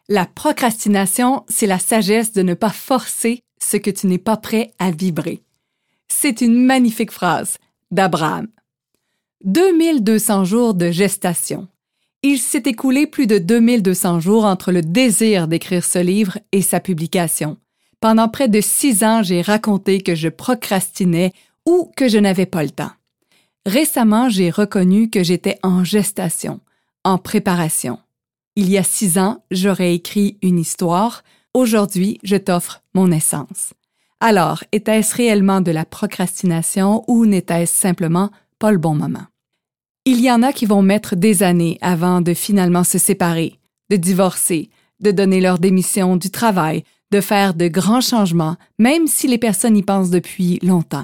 La procrastination, c'est la sagesse de ne pas forcer ce que tu n'es pas prêt à vibrer. C'est une magnifique phrase d'Abraham. 2200 jours de gestation. Il s'est écoulé plus de 2200 jours entre le désir d'écrire ce livre et sa publication. Pendant près de 6 ans, j'ai raconté que je procrastinais ou que je n'avais pas le temps. Récemment, j'ai reconnu que j'étais en gestation, en préparation. Il y a 6 ans, j'aurais écrit une histoire. Aujourd'hui, je t'offre mon essence. Alors, était-ce réellement de la procrastination ou n'était-ce simplement pas le bon moment? Il y en a qui vont mettre des années avant de finalement se séparer, de divorcer, de donner leur démission du travail, de faire de grands changements, même si les personnes y pensent depuis longtemps.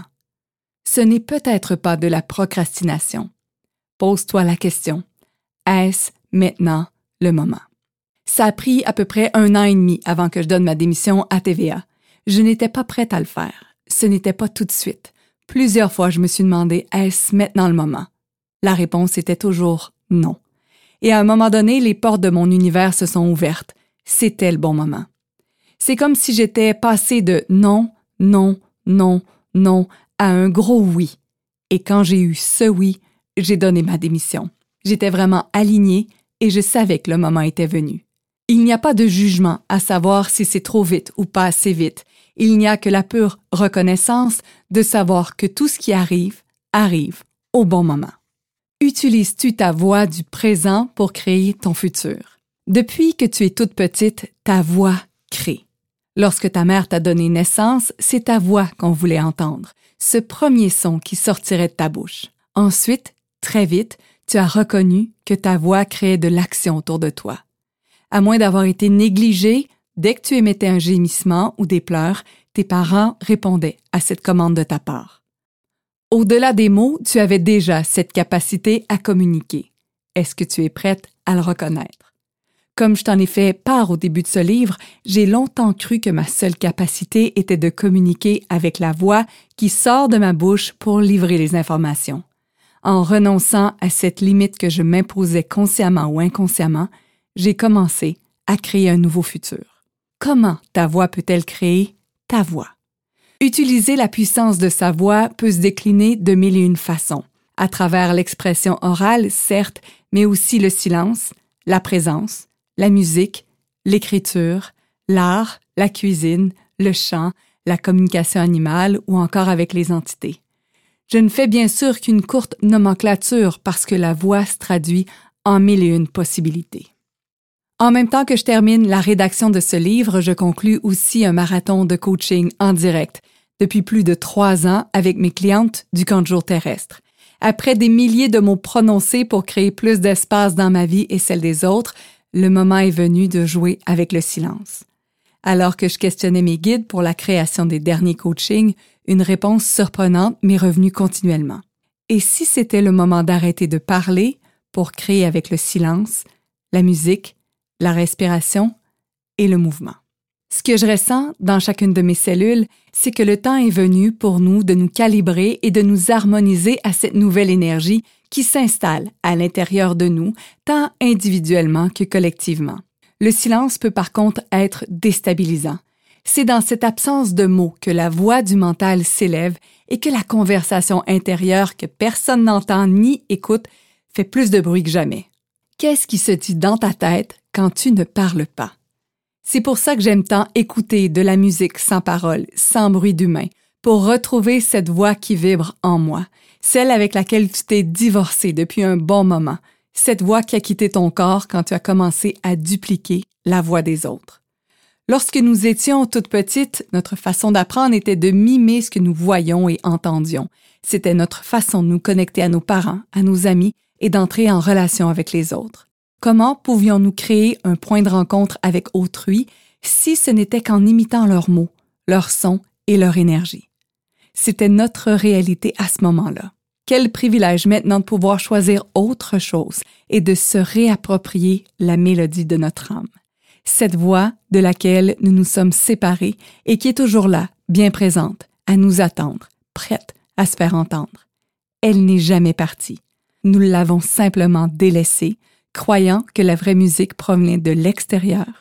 Ce n'est peut-être pas de la procrastination. Pose-toi la question. Est-ce maintenant le moment? Ça a pris à peu près 1 an et demi avant que je donne ma démission à TVA. Je n'étais pas prête à le faire. Ce n'était pas tout de suite. Plusieurs fois, je me suis demandé, est-ce maintenant le moment? La réponse était toujours non. Et à un moment donné, les portes de mon univers se sont ouvertes. C'était le bon moment. C'est comme si j'étais passée de non, non, non, non à un gros oui. Et quand j'ai eu ce oui, j'ai donné ma démission. J'étais vraiment alignée et je savais que le moment était venu. Il n'y a pas de jugement à savoir si c'est trop vite ou pas assez vite. Il n'y a que la pure reconnaissance de savoir que tout ce qui arrive, arrive au bon moment. Utilises-tu ta voix du présent pour créer ton futur? Depuis que tu es toute petite, ta voix crée. Lorsque ta mère t'a donné naissance, c'est ta voix qu'on voulait entendre, ce premier son qui sortirait de ta bouche. Ensuite, très vite, tu as reconnu que ta voix créait de l'action autour de toi. À moins d'avoir été négligé, dès que tu émettais un gémissement ou des pleurs, tes parents répondaient à cette commande de ta part. Au-delà des mots, tu avais déjà cette capacité à communiquer. Est-ce que tu es prête à le reconnaître? Comme je t'en ai fait part au début de ce livre, j'ai longtemps cru que ma seule capacité était de communiquer avec la voix qui sort de ma bouche pour livrer les informations. En renonçant à cette limite que je m'imposais consciemment ou inconsciemment, j'ai commencé à créer un nouveau futur. Comment ta voix peut-elle créer ta voix? Utiliser la puissance de sa voix peut se décliner de 1001 façons, à travers l'expression orale, certes, mais aussi le silence, la présence, la musique, l'écriture, l'art, la cuisine, le chant, la communication animale ou encore avec les entités. Je ne fais bien sûr qu'une courte nomenclature parce que la voix se traduit en 1001 possibilités. En même temps que je termine la rédaction de ce livre, je conclus aussi un marathon de coaching en direct depuis plus de 3 ans avec mes clientes du camp de jour terrestre. Après des milliers de mots prononcés pour créer plus d'espace dans ma vie et celle des autres, le moment est venu de jouer avec le silence. Alors que je questionnais mes guides pour la création des derniers coachings, une réponse surprenante m'est revenue continuellement. Et si c'était le moment d'arrêter de parler pour créer avec le silence, la musique, la respiration et le mouvement? Ce que je ressens dans chacune de mes cellules, c'est que le temps est venu pour nous de nous calibrer et de nous harmoniser à cette nouvelle énergie qui s'installe à l'intérieur de nous, tant individuellement que collectivement. Le silence peut par contre être déstabilisant. C'est dans cette absence de mots que la voix du mental s'élève et que la conversation intérieure que personne n'entend ni écoute fait plus de bruit que jamais. Qu'est-ce qui se dit dans ta tête quand tu ne parles pas? C'est pour ça que j'aime tant écouter de la musique sans parole, sans bruit d'humain, pour retrouver cette voix qui vibre en moi, celle avec laquelle tu t'es divorcé depuis un bon moment, cette voix qui a quitté ton corps quand tu as commencé à dupliquer la voix des autres. Lorsque nous étions toutes petites, notre façon d'apprendre était de mimer ce que nous voyions et entendions. C'était notre façon de nous connecter à nos parents, à nos amis et d'entrer en relation avec les autres. Comment pouvions-nous créer un point de rencontre avec autrui si ce n'était qu'en imitant leurs mots, leurs sons et leur énergie? C'était notre réalité à ce moment-là. Quel privilège maintenant de pouvoir choisir autre chose et de se réapproprier la mélodie de notre âme. Cette voix de laquelle nous nous sommes séparés et qui est toujours là, bien présente, à nous attendre, prête à se faire entendre. Elle n'est jamais partie. Nous l'avons simplement délaissée, croyant que la vraie musique provenait de l'extérieur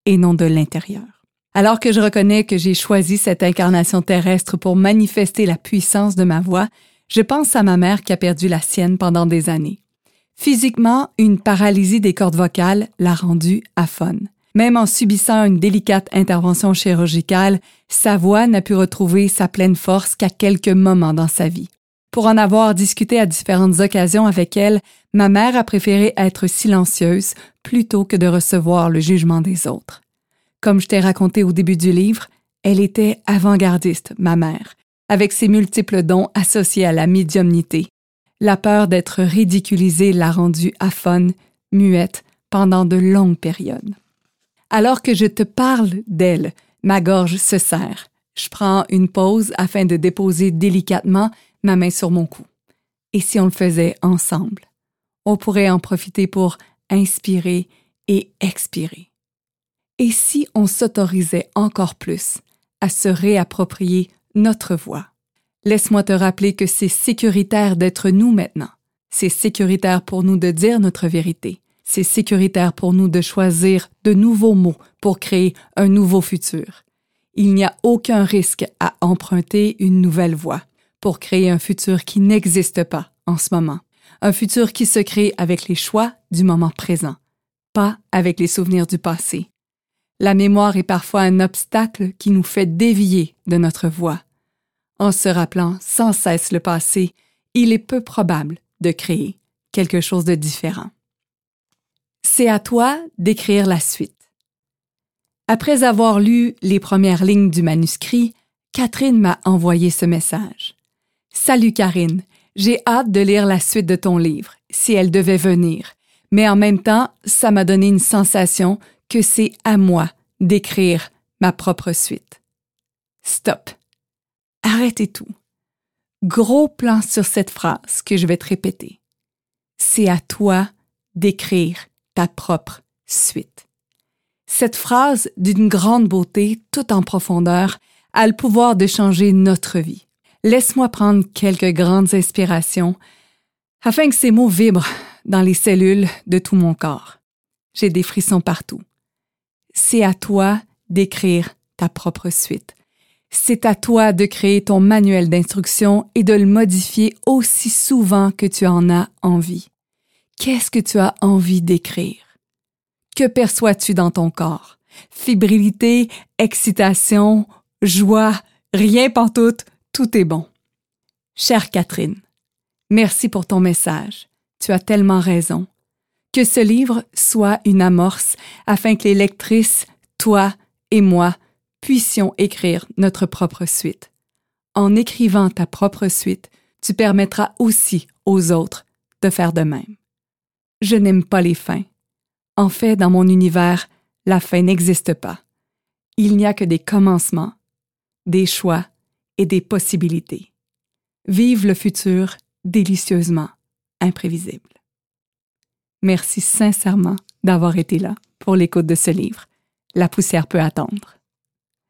et non de l'intérieur. Alors que je reconnais que j'ai choisi cette incarnation terrestre pour manifester la puissance de ma voix, je pense à ma mère qui a perdu la sienne pendant des années. Physiquement, une paralysie des cordes vocales l'a rendue aphone. Même en subissant une délicate intervention chirurgicale, sa voix n'a pu retrouver sa pleine force qu'à quelques moments dans sa vie. Pour en avoir discuté à différentes occasions avec elle, ma mère a préféré être silencieuse plutôt que de recevoir le jugement des autres. Comme je t'ai raconté au début du livre, elle était avant-gardiste, ma mère, avec ses multiples dons associés à la médiumnité. La peur d'être ridiculisée l'a rendue aphone, muette, pendant de longues périodes. Alors que je te parle d'elle, ma gorge se serre. Je prends une pause afin de déposer délicatement ma main sur mon cou. Et si on le faisait ensemble? On pourrait en profiter pour inspirer et expirer. Et si on s'autorisait encore plus à se réapproprier notre voix? Laisse-moi te rappeler que c'est sécuritaire d'être nous maintenant. C'est sécuritaire pour nous de dire notre vérité. C'est sécuritaire pour nous de choisir de nouveaux mots pour créer un nouveau futur. Il n'y a aucun risque à emprunter une nouvelle voie pour créer un futur qui n'existe pas en ce moment. Un futur qui se crée avec les choix du moment présent, pas avec les souvenirs du passé. La mémoire est parfois un obstacle qui nous fait dévier de notre voie. En se rappelant sans cesse le passé, il est peu probable de créer quelque chose de différent. C'est à toi d'écrire la suite. Après avoir lu les premières lignes du manuscrit, Catherine m'a envoyé ce message. « Salut Karine, j'ai hâte de lire la suite de ton livre, si elle devait venir, mais en même temps, ça m'a donné une sensation que c'est à moi d'écrire ma propre suite. » Stop. Arrêtez tout. Gros plan sur cette phrase que je vais te répéter. C'est à toi d'écrire ta propre suite. Cette phrase, d'une grande beauté, tout en profondeur, a le pouvoir de changer notre vie. Laisse-moi prendre quelques grandes inspirations afin que ces mots vibrent dans les cellules de tout mon corps. J'ai des frissons partout. C'est à toi d'écrire ta propre suite. C'est à toi de créer ton manuel d'instruction et de le modifier aussi souvent que tu en as envie. Qu'est-ce que tu as envie d'écrire? Que perçois-tu dans ton corps? Fébrilité, excitation, joie, rien pantoute, tout est bon. Chère Catherine, merci pour ton message. Tu as tellement raison. Que ce livre soit une amorce afin que les lectrices, toi et moi, puissions écrire notre propre suite. En écrivant ta propre suite, tu permettras aussi aux autres de faire de même. Je n'aime pas les fins. En fait, dans mon univers, la fin n'existe pas. Il n'y a que des commencements, des choix et des possibilités. Vive le futur délicieusement imprévisible. Merci sincèrement d'avoir été là pour l'écoute de ce livre. La poussière peut attendre.